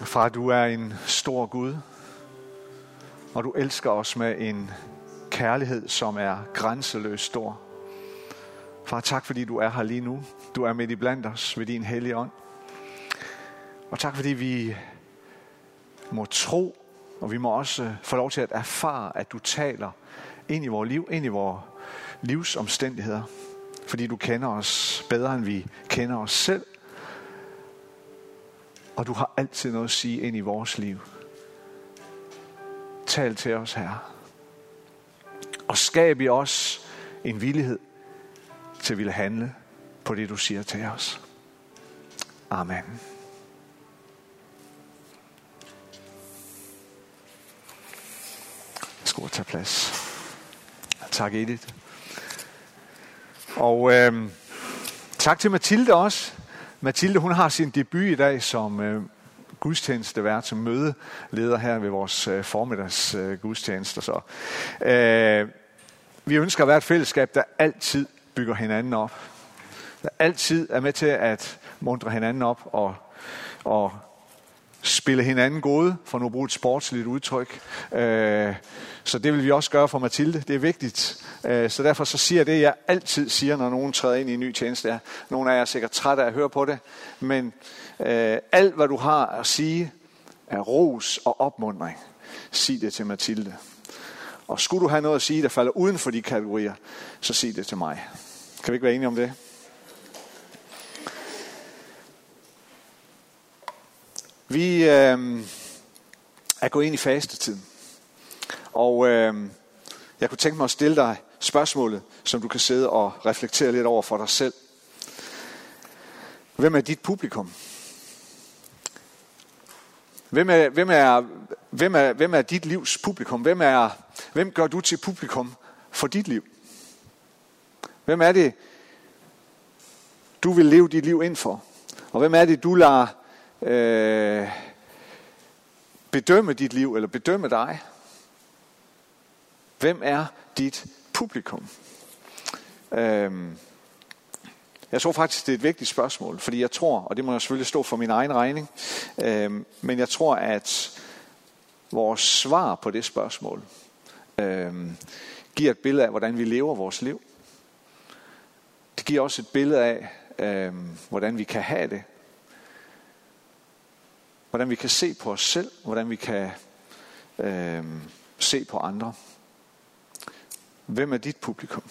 Far, du er en stor Gud, og du elsker os med en kærlighed, som er grænseløst stor. Far, tak fordi du er her lige nu. Du er midt i blandt os ved din hellige ånd. Og tak fordi vi må tro, og vi må også få lov til at erfare, at du taler ind i vores liv, ind i vores livsomstændigheder. Fordi du kender os bedre, end vi kender os selv. Og du har altid noget at sige ind i vores liv. Tal til os, Herre. Og skab i os en villighed til at ville handle på det, du siger til os. Amen. Skål, tage plads. Tak, Edith. Og tak til Mathilde også. Mathilde, hun har sin debut i dag som gudstjenestevært, som mødeleder her ved vores formiddags gudstjenester. Så vi ønsker at være et fællesskab, der altid bygger hinanden op. Der altid er med til at muntre hinanden op og spille hinanden gode, for nu at bruge et sportsligt udtryk. Så det vil vi også gøre for Mathilde. Det er vigtigt. Så derfor så siger jeg det, jeg altid siger, når nogen træder ind i en ny tjeneste. Nogle af jer er sikkert trætte af at høre på det. Men alt, hvad du har at sige, er ros og opmuntring. Sig det til Mathilde. Og skulle du have noget at sige, der falder uden for de kategorier, så sig det til mig. Kan vi ikke være enige om det? Vi er gået ind i fastetiden. Og jeg kunne tænke mig at stille dig spørgsmålet, som du kan sidde og reflektere lidt over for dig selv. Hvem er dit publikum? Hvem er dit livs publikum? Hvem gør du til publikum for dit liv? Hvem er det, du vil leve dit liv ind for? Og hvem er det, du lader bedømme dit liv, eller bedømme dig? Hvem er dit publikum? Jeg tror faktisk, det er et vigtigt spørgsmål, fordi jeg tror, og det må jeg selvfølgelig stå for min egen regning, men jeg tror, at vores svar på det spørgsmål giver et billede af, hvordan vi lever vores liv. Det giver også et billede af, hvordan vi kan have det. Hvordan vi kan se på os selv, hvordan vi kan se på andre. Hvem er dit publikum?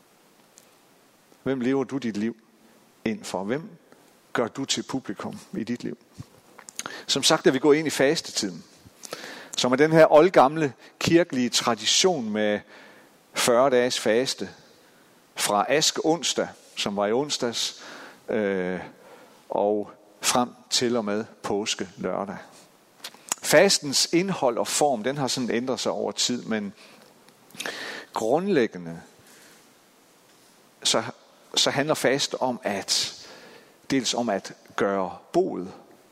Hvem lever du dit liv ind for? Hvem gør du til publikum i dit liv? Som sagt er vi gået ind i fastetiden, som er den her oldgamle kirkelige tradition med 40 dages faste fra aske onsdag, som var i onsdags, og frem til og med påske lørdag. Fastens indhold og form, den har sådan ændret sig over tid, men grundlæggende så handler fast om dels om at gøre bod,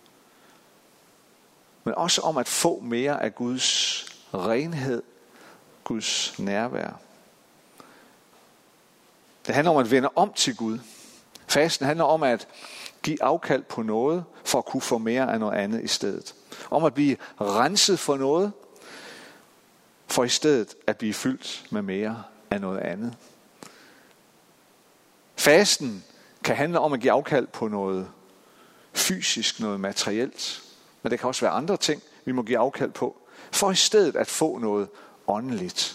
men også om at få mere af Guds renhed, Guds nærvær. Det handler om at vende om til Gud. Fasten handler om at give afkald på noget, for at kunne få mere af noget andet i stedet. Om at blive renset for noget, for i stedet at blive fyldt med mere af noget andet. Fasten kan handle om at give afkald på noget fysisk, noget materielt. Men det kan også være andre ting, vi må give afkald på, for i stedet at få noget åndeligt.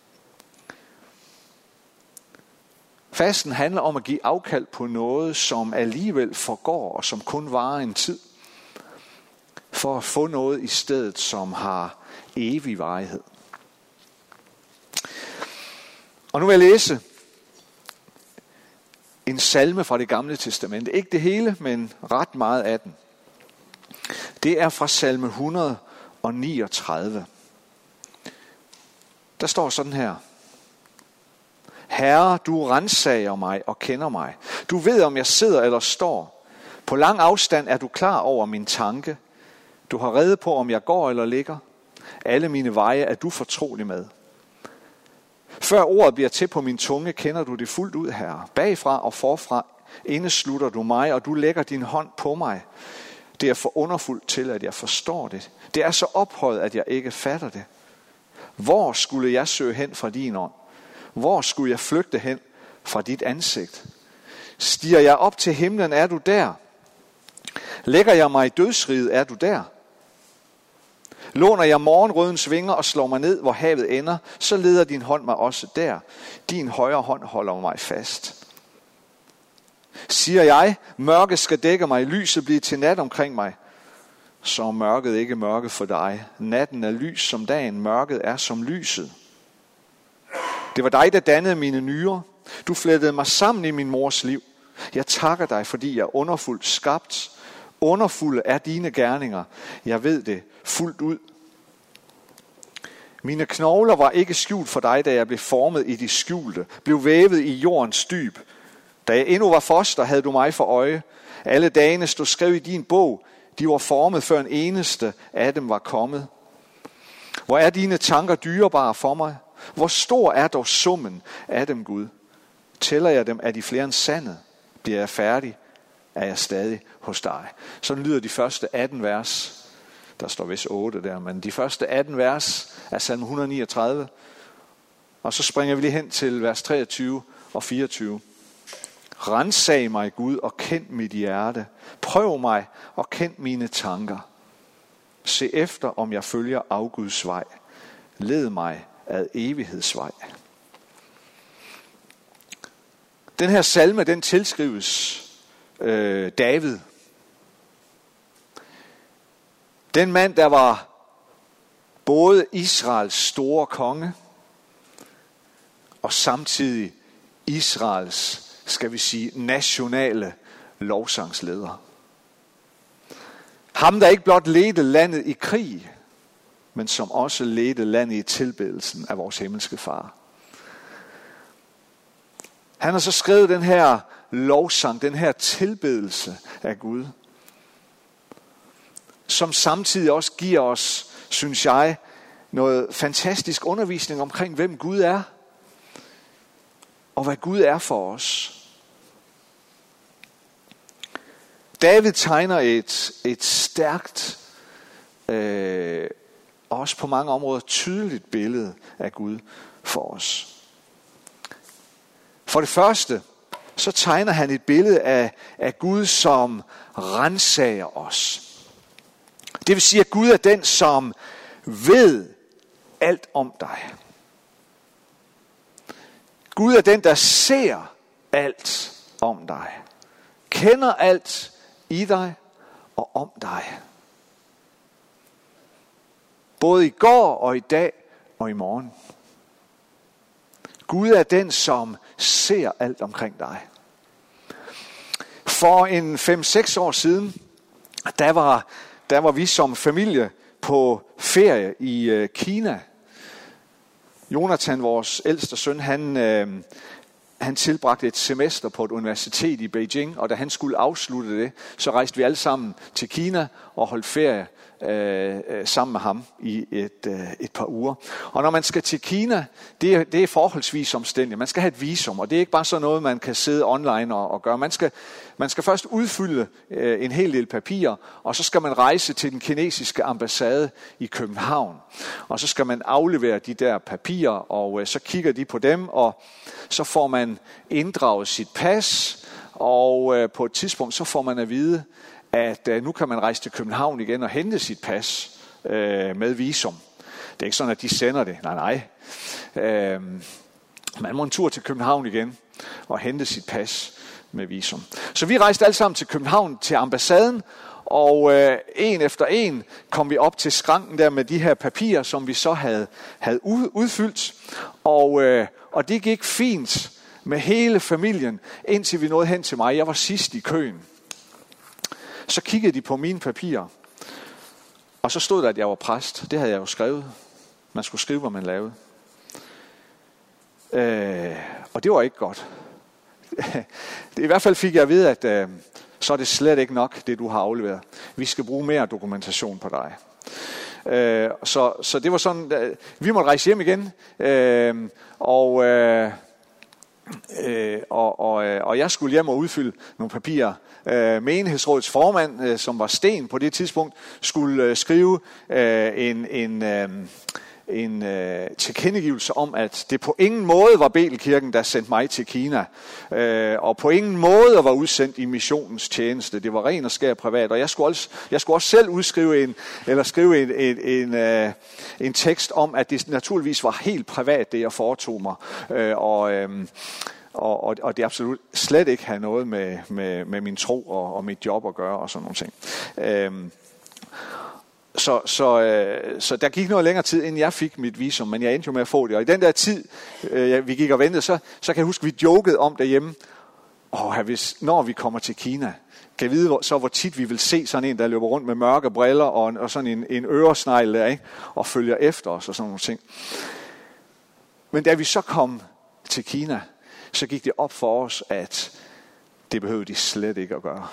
Fasten handler om at give afkald på noget, som alligevel forgår, og som kun varer en tid, for at få noget i stedet, som har evig varighed. Og nu vil jeg læse en salme fra Det Gamle Testamente. Ikke det hele, men ret meget af den. Det er fra salme 139. Der står sådan her. Herre, du ransager mig og kender mig. Du ved, om jeg sidder eller står. På lang afstand er du klar over min tanke. Du har rede på, om jeg går eller ligger. Alle mine veje er du fortrolig med. Før ordet bliver til på min tunge, kender du det fuldt ud, Herre. Bagfra og forfra indeslutter du mig, og du lægger din hånd på mig. Det er for underfuldt til, at jeg forstår det. Det er så ophøjet, at jeg ikke fatter det. Hvor skulle jeg søge hen fra din ånd? Hvor skulle jeg flygte hen fra dit ansigt? Stiger jeg op til himlen, er du der? Lægger jeg mig i dødsriget, er du der? Låner jeg morgenrødens vinger og slår mig ned, hvor havet ender, så leder din hånd mig også der. Din højre hånd holder mig fast. Siger jeg, mørket skal dække mig, lyset bliver til nat omkring mig, så er mørket ikke mørke for dig. Natten er lys som dagen, mørket er som lyset. Det var dig, der dannede mine nyrer. Du flettede mig sammen i min mors liv. Jeg takker dig, fordi jeg er underfuldt skabt. Underfulde er dine gerninger. Jeg ved det fuldt ud. Mine knogler var ikke skjult for dig, da jeg blev formet i de skjulte, blev vævet i jordens dyb. Da jeg endnu var foster, havde du mig for øje. Alle dagene stod skrevet i din bog. De var formet, før en eneste af dem var kommet. Hvor er dine tanker dyrebare for mig? Hvor stor er dog summen af dem, Gud? Tæller jeg dem, er de flere end sandet? Bliver jeg færdig, er jeg stadig hos dig. Sådan lyder de første 18 vers. Der står vist 8 der, men de første 18 vers er salme 139. Og så springer vi lige hen til vers 23 og 24. Ransag mig, Gud, og kend mit hjerte. Prøv mig og kend mine tanker. Se efter, om jeg følger afguds vej. Led mig ad evighedsvej. Den her salme, den tilskrives David. Den mand, der var både Israels store konge, og samtidig Israels, skal vi sige, nationale lovsangsleder. Ham, der ikke blot ledte landet i krig, men som også ledte landet i tilbedelsen af vores himmelske far. Han har så skrevet den her lovsang, den her tilbedelse af Gud, som samtidig også giver os, synes jeg, noget fantastisk undervisning omkring, hvem Gud er, og hvad Gud er for os. David tegner et stærkt, og også på mange områder tydeligt billede af Gud for os. For det første, så tegner han et billede af Gud, som ransager os. Det vil sige, at Gud er den, som ved alt om dig. Gud er den, der ser alt om dig. Kender alt i dig og om dig. Både i går og i dag og i morgen. Gud er den, som ser alt omkring dig. For en 5-6 år siden, der var vi som familie på ferie i Kina. Jonathan, vores ældste søn, han tilbragte et semester på et universitet i Beijing, og da han skulle afslutte det, så rejste vi alle sammen til Kina og holdt ferie sammen med ham i et par uger. Og når man skal til Kina, det er forholdsvis omstændigt. Man skal have et visum, og det er ikke bare sådan noget, man kan sidde online og gøre. Man skal først udfylde en hel del papirer, og så skal man rejse til den kinesiske ambassade i København. Og så skal man aflevere de der papirer, og så kigger de på dem, og så får man inddraget sit pas, og på et tidspunkt så får man at vide, at nu kan man rejse til København igen og hente sit pas med visum. Det er ikke sådan, at de sender det. Nej. Man må en tur til København igen og hente sit pas med visum. Så vi rejste alle sammen til København til ambassaden, og en efter en kom vi op til skranken der med de her papirer, som vi så havde udfyldt. Og det gik fint med hele familien, indtil vi nåede hen til mig. Jeg var sidst i køen. Så kiggede de på mine papirer, og så stod der, at jeg var præst. Det havde jeg jo skrevet. Man skulle skrive, hvad man lavede. Og det var ikke godt. I hvert fald fik jeg at vide, at så er det slet ikke nok, det du har afleveret. Vi skal bruge mere dokumentation på dig. Så det var sådan, vi måtte rejse hjem igen, og Og jeg skulle hjem og udfylde nogle papirer. Menighedsrådets formand, som var Sten på det tidspunkt, skulle skrive en tilkendegivelse om, at det på ingen måde var Betelkirken, der sendte mig til Kina, og på ingen måde var udsendt i missionens tjeneste. Det var ren og skær privat, og jeg skulle også selv skrive en tekst om, at det naturligvis var helt privat, det jeg foretog mig, og det absolut slet ikke havde noget med min tro og mit job at gøre og sådan nogle ting. Så der gik noget længere tid, inden jeg fik mit visum, men jeg endte jo med at få det. Og i den der tid, vi gik og ventede, så kan jeg huske, vi jokede om derhjemme. Når vi kommer til Kina, kan jeg vide, hvor tit vi vil se sådan en, der løber rundt med mørke briller og sådan en øresnegl der, ikke? Og følger efter os og sådan nogle ting. Men da vi så kom til Kina, så gik det op for os, at det behøvede de slet ikke at gøre.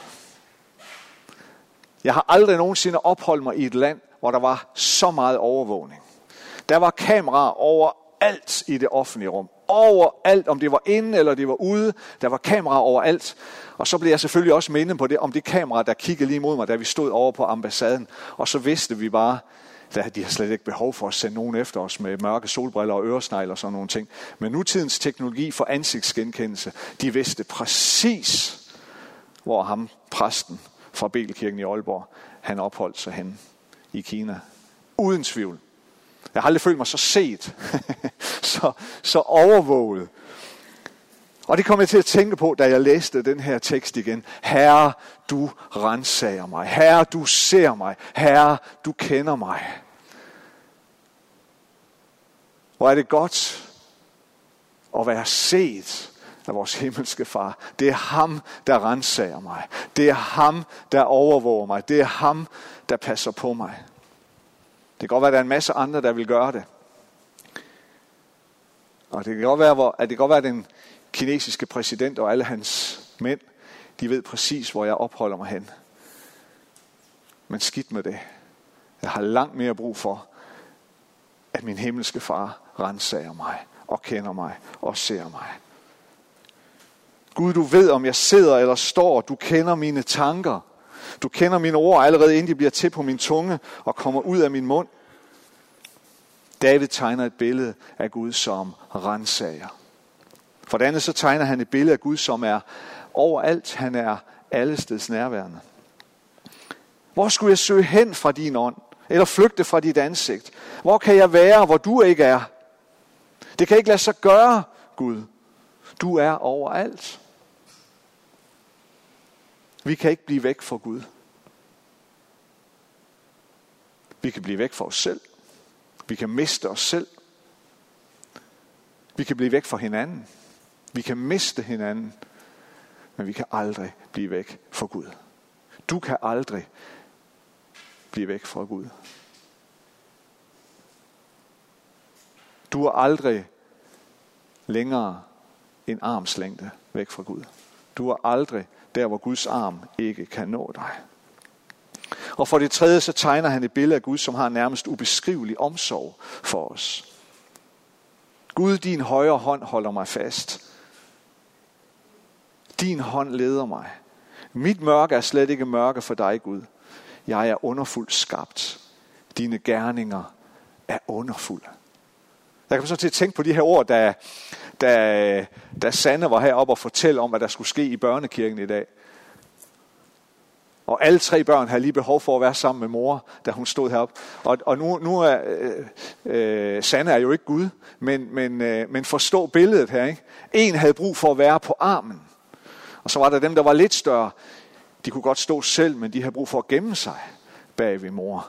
Jeg har aldrig nogensinde opholdt mig i et land, hvor der var så meget overvågning. Der var kameraer overalt i det offentlige rum. Overalt, om det var inde eller det var ude. Der var kameraer overalt. Og så blev jeg selvfølgelig også mindet på det, om det kamera, der kiggede lige mod mig, da vi stod over på ambassaden. Og så vidste vi bare, at de har slet ikke behov for at sende nogen efter os med mørke solbriller og øresnegl og sådan nogle ting. Men nutidens teknologi for ansigtsgenkendelse, de vidste præcis, hvor ham, præsten fra Betelkirken i Aalborg, han opholdt sig hen i Kina. Uden tvivl. Jeg har aldrig følt mig så set, så overvåget. Og det kom jeg til at tænke på, da jeg læste den her tekst igen. Herre, du ransager mig. Herre, du ser mig. Herre, du kender mig. Hvor er det godt at være set af vores himmelske far. Det er ham, der ransager mig. Det er ham, der overvåger mig. Det er ham, der passer på mig. Det kan godt være, at der er en masse andre, der vil gøre det. Og det kan godt være, at den kinesiske præsident og alle hans mænd, de ved præcis, hvor jeg opholder mig hen. Men skidt med det. Jeg har langt mere brug for, at min himmelske far ransager mig og kender mig og ser mig. Gud, du ved, om jeg sidder eller står. Du kender mine tanker. Du kender mine ord allerede, inden de bliver til på min tunge og kommer ud af min mund. David tegner et billede af Gud som ransager. For det andet så tegner han et billede af Gud, som er overalt. Han er allesteds nærværende. Hvor skulle jeg søge hen fra din ånd? Eller flygte fra dit ansigt? Hvor kan jeg være, hvor du ikke er? Det kan ikke lade sig gøre, Gud. Du er overalt. Vi kan ikke blive væk fra Gud. Vi kan blive væk fra os selv. Vi kan miste os selv. Vi kan blive væk fra hinanden. Vi kan miste hinanden. Men vi kan aldrig blive væk fra Gud. Du kan aldrig blive væk fra Gud. Du er aldrig længere en armslængde væk fra Gud. Du er aldrig der, hvor Guds arm ikke kan nå dig. Og for det tredje, så tegner han et billede af Gud, som har nærmest ubeskrivelig omsorg for os. Gud, din højre hånd holder mig fast. Din hånd leder mig. Mit mørke er slet ikke mørke for dig, Gud. Jeg er underfuldt skabt. Dine gerninger er underfulde. Jeg kan så til at tænke på de her ord, da Sanne var heroppe og fortælle om, hvad der skulle ske i børnekirken i dag. Og alle 3 børn havde lige behov for at være sammen med mor, da hun stod heroppe. Og nu er Sanne er jo ikke Gud, men forstå billedet her, ikke? En havde brug for at være på armen. Og så var der dem, der var lidt større. De kunne godt stå selv, men de havde brug for at gemme sig bag ved mor.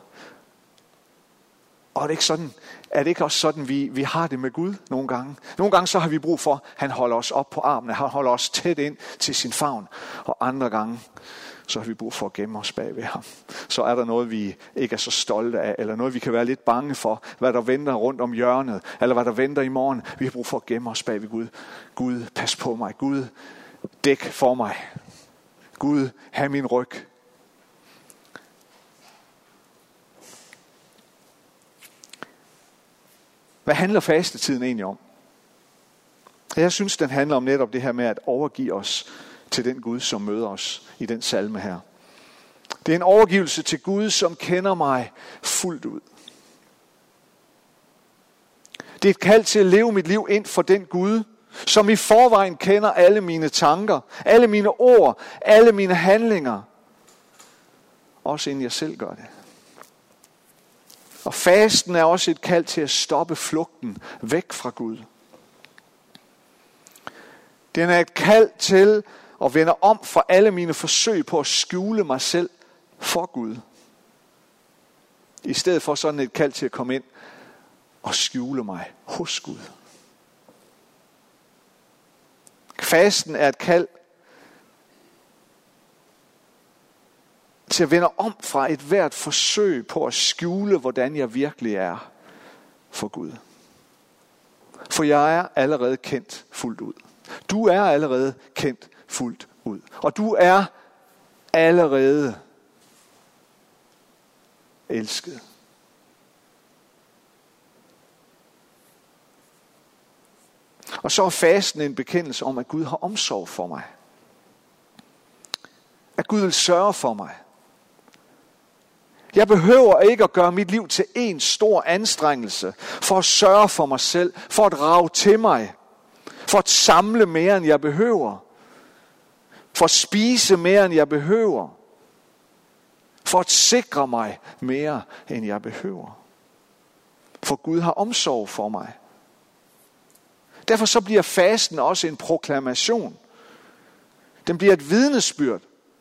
Og er det ikke også sådan, vi har det med Gud nogle gange? Nogle gange så har vi brug for, at han holder os op på armen, han holder os tæt ind til sin favn. Og andre gange, så har vi brug for at gemme os bag ved ham. Så er der noget, vi ikke er så stolte af, eller noget, vi kan være lidt bange for, hvad der venter rundt om hjørnet, eller hvad der venter i morgen. Vi har brug for at gemme os bag ved Gud. Gud, pas på mig. Gud, dæk for mig. Gud, have min ryg. Hvad handler fastetiden egentlig om? Jeg synes, den handler om netop det her med at overgive os til den Gud, som møder os i den salme her. Det er en overgivelse til Gud, som kender mig fuldt ud. Det er et kald til at leve mit liv ind for den Gud, som i forvejen kender alle mine tanker, alle mine ord, alle mine handlinger. Også inden jeg selv gør det. Og fasten er også et kald til at stoppe flugten væk fra Gud. Den er et kald til at vende om fra alle mine forsøg på at skjule mig selv for Gud. I stedet for sådan et kald til at komme ind og skjule mig hos Gud. Fasten er et kald til at vende om fra et hvert forsøg på at skjule, hvordan jeg virkelig er for Gud. For jeg er allerede kendt fuldt ud. Du er allerede kendt fuldt ud. Og du er allerede elsket. Og så er fasten en bekendelse om, at Gud har omsorg for mig. At Gud vil sørge for mig. Jeg behøver ikke at gøre mit liv til en stor anstrengelse for at sørge for mig selv, for at rage til mig, for at samle mere end jeg behøver, for at spise mere end jeg behøver, for at sikre mig mere end jeg behøver. For Gud har omsorg for mig. Derfor så bliver fasten også en proklamation. Den bliver et vidnesbyrd.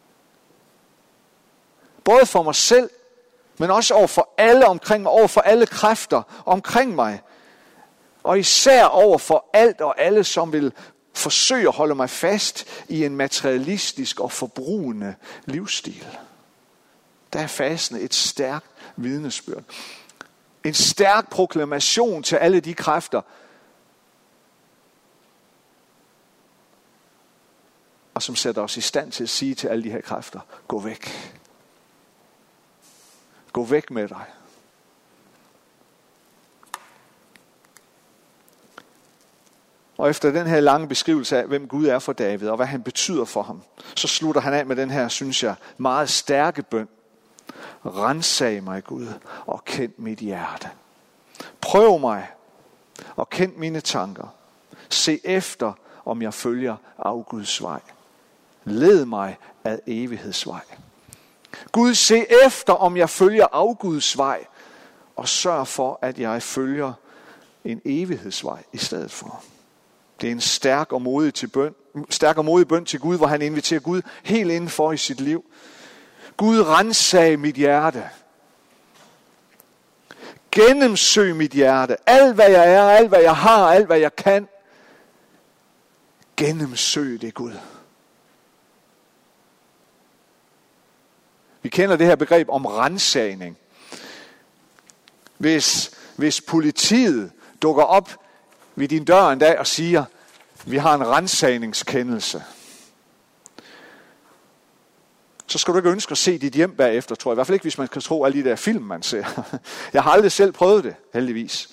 Både for mig selv, men også over for alle omkring mig, over for alle kræfter omkring mig. Og især over for alt og alle, som vil forsøge at holde mig fast i en materialistisk og forbrugende livsstil. Der er fasten et stærkt vidnesbyrd. En stærk proklamation til alle de kræfter, og som sætter os i stand til at sige til alle de her kræfter, gå væk. Gå væk med dig. Og efter den her lange beskrivelse af, hvem Gud er for David, og hvad han betyder for ham, så slutter han af med den her, synes jeg, meget stærke bøn. Ransag mig, Gud, og kend mit hjerte. Prøv mig, og kend mine tanker. Se efter, om jeg følger afguds vej. Led mig ad evighedsvej. Gud, se efter, om jeg følger afguds vej, og sørg for, at jeg følger en evighedsvej i stedet for. Det er en stærk og modig bøn til Gud, hvor han inviterer Gud helt indenfor i sit liv. Gud, ransag mit hjerte. Gennemsøg mit hjerte. Alt hvad jeg er, alt hvad jeg har, alt hvad jeg kan. Gennemsøg det, Gud. Vi kender det her begreb om ransagning. Hvis politiet dukker op ved din dør en dag og siger, vi har en ransagningskendelse, så skal du ikke ønske at se dit hjem bagefter, tror jeg. I hvert fald ikke, hvis man kan tro alle de der film, man ser. Jeg har aldrig selv prøvet det, heldigvis.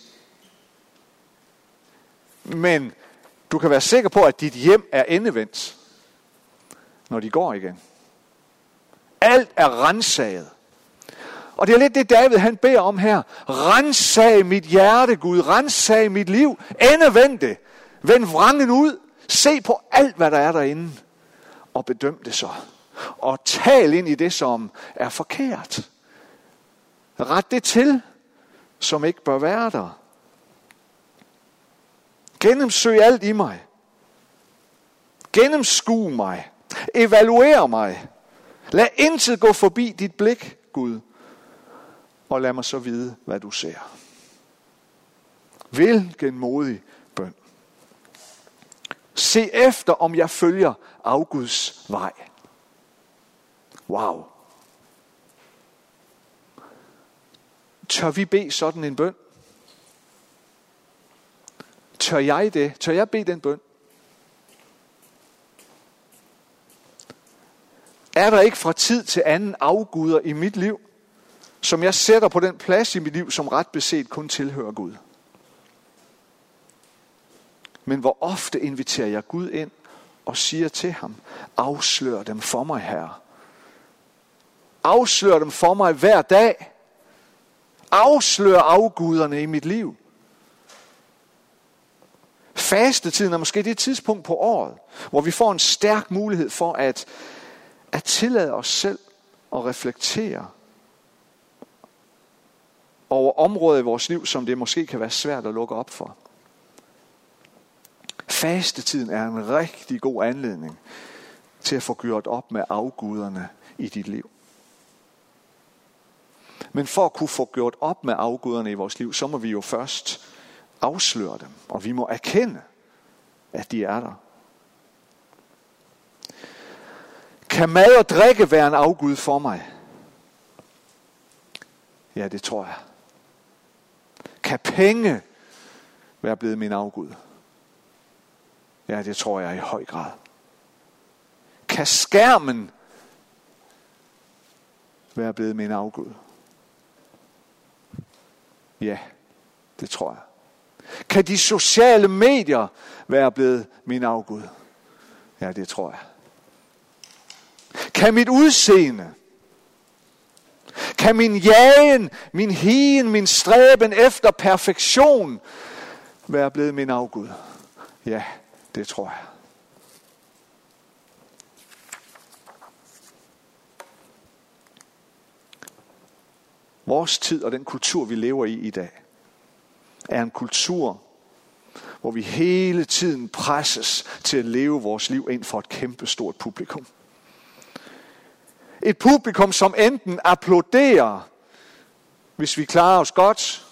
Men du kan være sikker på, at dit hjem er endevendt, når de går igen. Alt er ransaget. Og det er lidt det, David han beder om her. Ransag mit hjerte, Gud. Ransag mit liv. Endevend det. Vend vrangen ud. Se på alt, hvad der er derinde. Og bedøm det så. Og tal ind i det, som er forkert. Ret det til, som ikke bør være der. Gennemsøg alt i mig. Gennemskue mig. Evaluer mig. Lad intet gå forbi dit blik, Gud. Og lad mig så vide, hvad du ser. Hvilken modig bøn. Se efter, om jeg følger afguds vej. Wow. Tør vi bede sådan en bøn? Tør jeg det? Tør jeg bede den bøn? Er der ikke fra tid til anden afguder i mit liv, som jeg sætter på den plads i mit liv, som ret beset kun tilhører Gud? Men hvor ofte inviterer jeg Gud ind og siger til ham, afslør dem for mig, Herre. Afslør dem for mig hver dag. Afslør afguderne i mit liv. Fastetiden er måske det tidspunkt på året, hvor vi får en stærk mulighed for at tillade os selv at reflektere over områder i vores liv, som det måske kan være svært at lukke op for. Fastetiden er en rigtig god anledning til at få gjort op med afguderne i dit liv. Men for at kunne få gjort op med afguderne i vores liv, så må vi jo først afsløre dem, og vi må erkende, at de er der. Kan mad og drikke være en afgud for mig? Ja, det tror jeg. Kan penge være blevet min afgud? Ja, det tror jeg i høj grad. Kan skærmen være blevet min afgud? Ja, det tror jeg. Kan de sociale medier være blevet min afgud? Ja, det tror jeg. Kan mit udseende, kan min jagen, min higen, min stræben efter perfektion være blevet min afgud? Ja, det tror jeg. Vores tid og den kultur, vi lever i dag, er en kultur, hvor vi hele tiden presses til at leve vores liv ind for et kæmpestort publikum. Et publikum, som enten applauderer, hvis vi klarer os godt.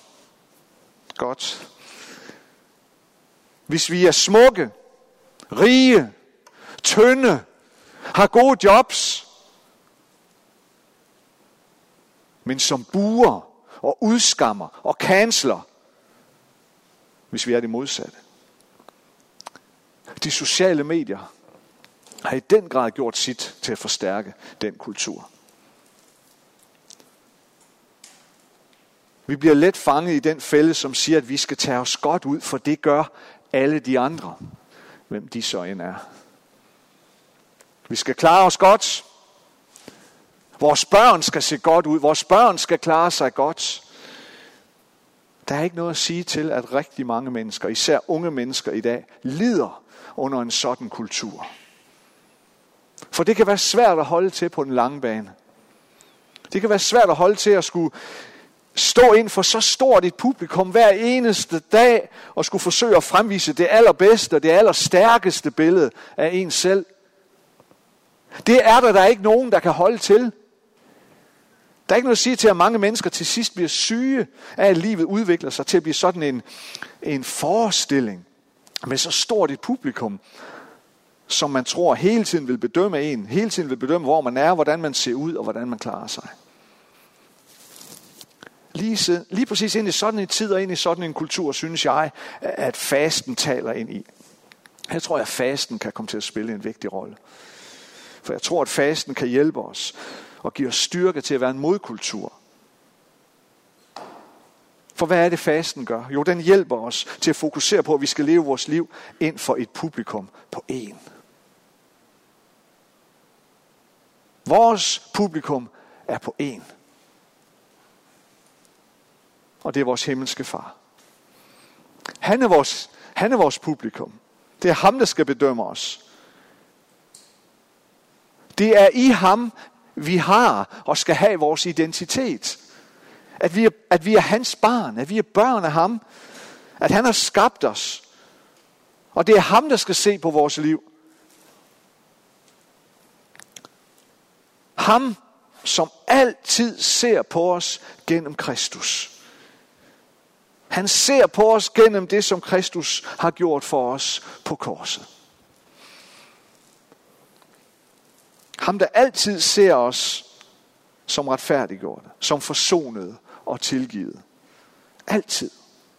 Hvis vi er smukke, rige, tynde, har gode jobs, men som buer og udskammer og canceler, hvis vi er det modsatte. De sociale medier har i den grad gjort sit til at forstærke den kultur. Vi bliver let fanget i den fælde, som siger, at vi skal tage os godt ud, for det gør alle de andre, hvem de så end er. Vi skal klare os godt. Vores børn skal se godt ud. Vores børn skal klare sig godt. Der er ikke noget at sige til, at rigtig mange mennesker, især unge mennesker i dag, lider under en sådan kultur. For det kan være svært at holde til på den lange bane. Det kan være svært at holde til at skulle stå ind for så stort et publikum hver eneste dag, og skulle forsøge at fremvise det allerbedste og det allerstærkeste billede af en selv. Det er der ikke nogen, der kan holde til. Der er ikke noget at sige til, at mange mennesker til sidst bliver syge af, at livet udvikler sig til at blive sådan en forestilling med så stort et publikum, som man tror hele tiden vil bedømme en, hele tiden vil bedømme, hvor man er, hvordan man ser ud og hvordan man klarer sig. Lige præcis ind i sådan en tid og ind i sådan en kultur, synes jeg, at fasten taler ind i. Jeg tror, at fasten kan komme til at spille en vigtig rolle. For jeg tror, at fasten kan hjælpe os og give os styrke til at være en modkultur. For hvad er det, fasten gør? Jo, den hjælper os til at fokusere på, at vi skal leve vores liv ind for et publikum på én. Vores publikum er på én. Og det er vores himmelske far. Han er vores publikum. Det er ham, der skal bedømme os. Det er i ham, vi har og skal have vores identitet. At vi er hans barn, at vi er børn af ham. At han har skabt os. Og det er ham, der skal se på vores liv. Ham, som altid ser på os gennem Kristus. Han ser på os gennem det, som Kristus har gjort for os på korset. Ham, der altid ser os som retfærdiggjorte, som forsonede og tilgivet. Altid.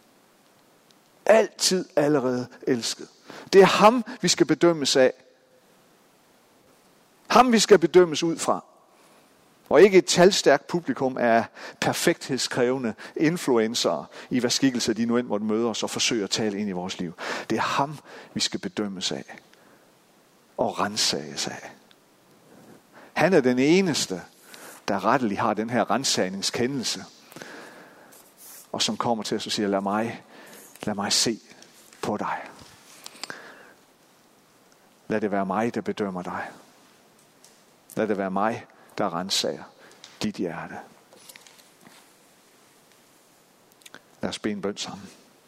Altid allerede elsket. Det er ham, vi skal bedømmes af. Ham, vi skal bedømmes ud fra. Og ikke et talstærkt publikum af perfekthedskrævende influencer, i hvad skikkelse de nu end måtte møde os og forsøge at tale ind i vores liv. Det er ham, vi skal bedømmes af og rensages af. Han er den eneste, der rettelig har den her rensagningskendelse, og som kommer til os og siger, lad mig se på dig. Lad det være mig, der bedømmer dig. Lad det være mig, der rensager dit hjerte. Lad os bede en bøn sammen.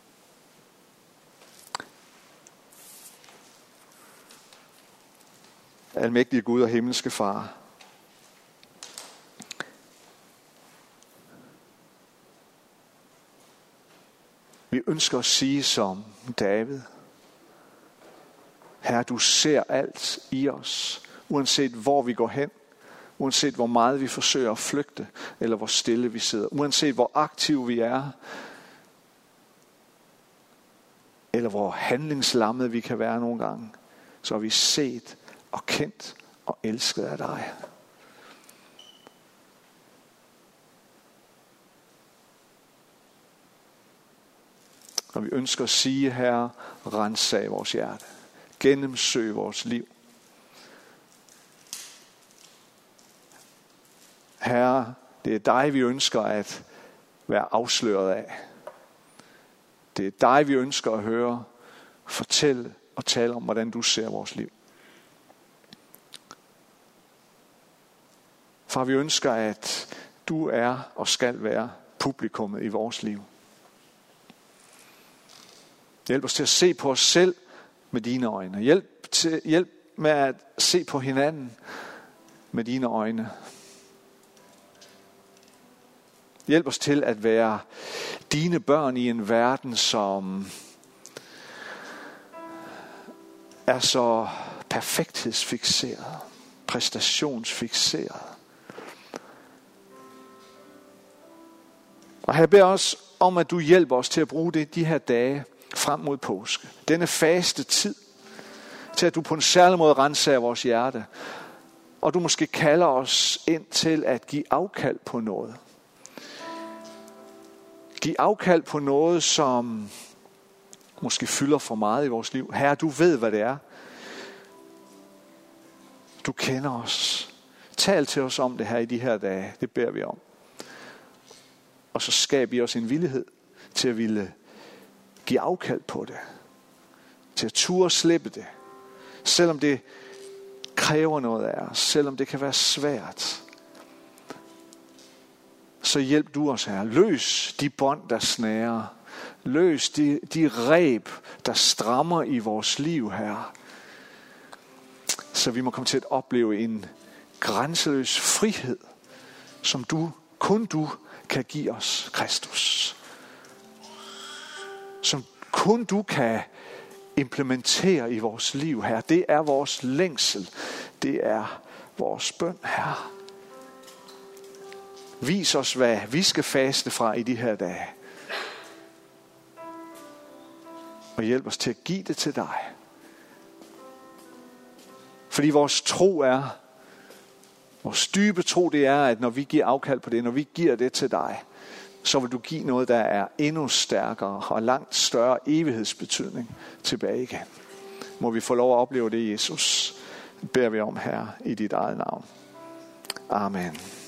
Almægtige Gud og himmelske Far, vi ønsker at sige som David, Herre, du ser alt i os, uanset hvor vi går hen, uanset hvor meget vi forsøger at flygte, eller hvor stille vi sidder, uanset hvor aktive vi er, eller hvor handlingslammede vi kan være nogle gange, så har vi set og kendt og elsket af dig. Og vi ønsker at sige, Herre, rensag vores hjerte. Gennemsøg vores liv. Herre, det er dig, vi ønsker at være afsløret af. Det er dig, vi ønsker at høre, fortælle og tale om, hvordan du ser vores liv. Far, vi ønsker, at du er og skal være publikummet i vores liv. Hjælp os til at se på os selv med dine øjne. Hjælp med at se på hinanden med dine øjne. Hjælp os til at være dine børn i en verden, som er så perfekthedsfikseret, præstationsfikseret. Og jeg beder os om, at du hjælper os til at bruge det de her dage frem mod påske. Denne faste tid, til at du på en særlig måde renser vores hjerte. Og du måske kalder os ind til at give afkald på noget. Giv afkald på noget, som måske fylder for meget i vores liv. Herre, du ved, hvad det er. Du kender os. Tal til os om det her i de her dage. Det beder vi om. Og så skab i os en villighed til at ville give afkald på det. Til at ture og slippe det. Selvom det kræver noget af os. Selvom det kan være svært. Så hjælp du os, Herre. Løs de bånd, der snærer. Løs de reb, der strammer i vores liv, Herre. Så vi må komme til at opleve en grænseløs frihed, som kun du kan give os, Kristus. Som kun du kan implementere i vores liv, Herre. Det er vores længsel. Det er vores bøn, Herre. Vis os, hvad vi skal faste fra i de her dage. Og hjælp os til at give det til dig. Fordi vores dybe tro, det er, at når vi giver afkald på det, når vi giver det til dig, så vil du give noget, der er endnu stærkere og langt større evighedsbetydning tilbage igen. Må vi få lov at opleve det, Jesus. Det beder vi om, Herre, i dit eget navn. Amen.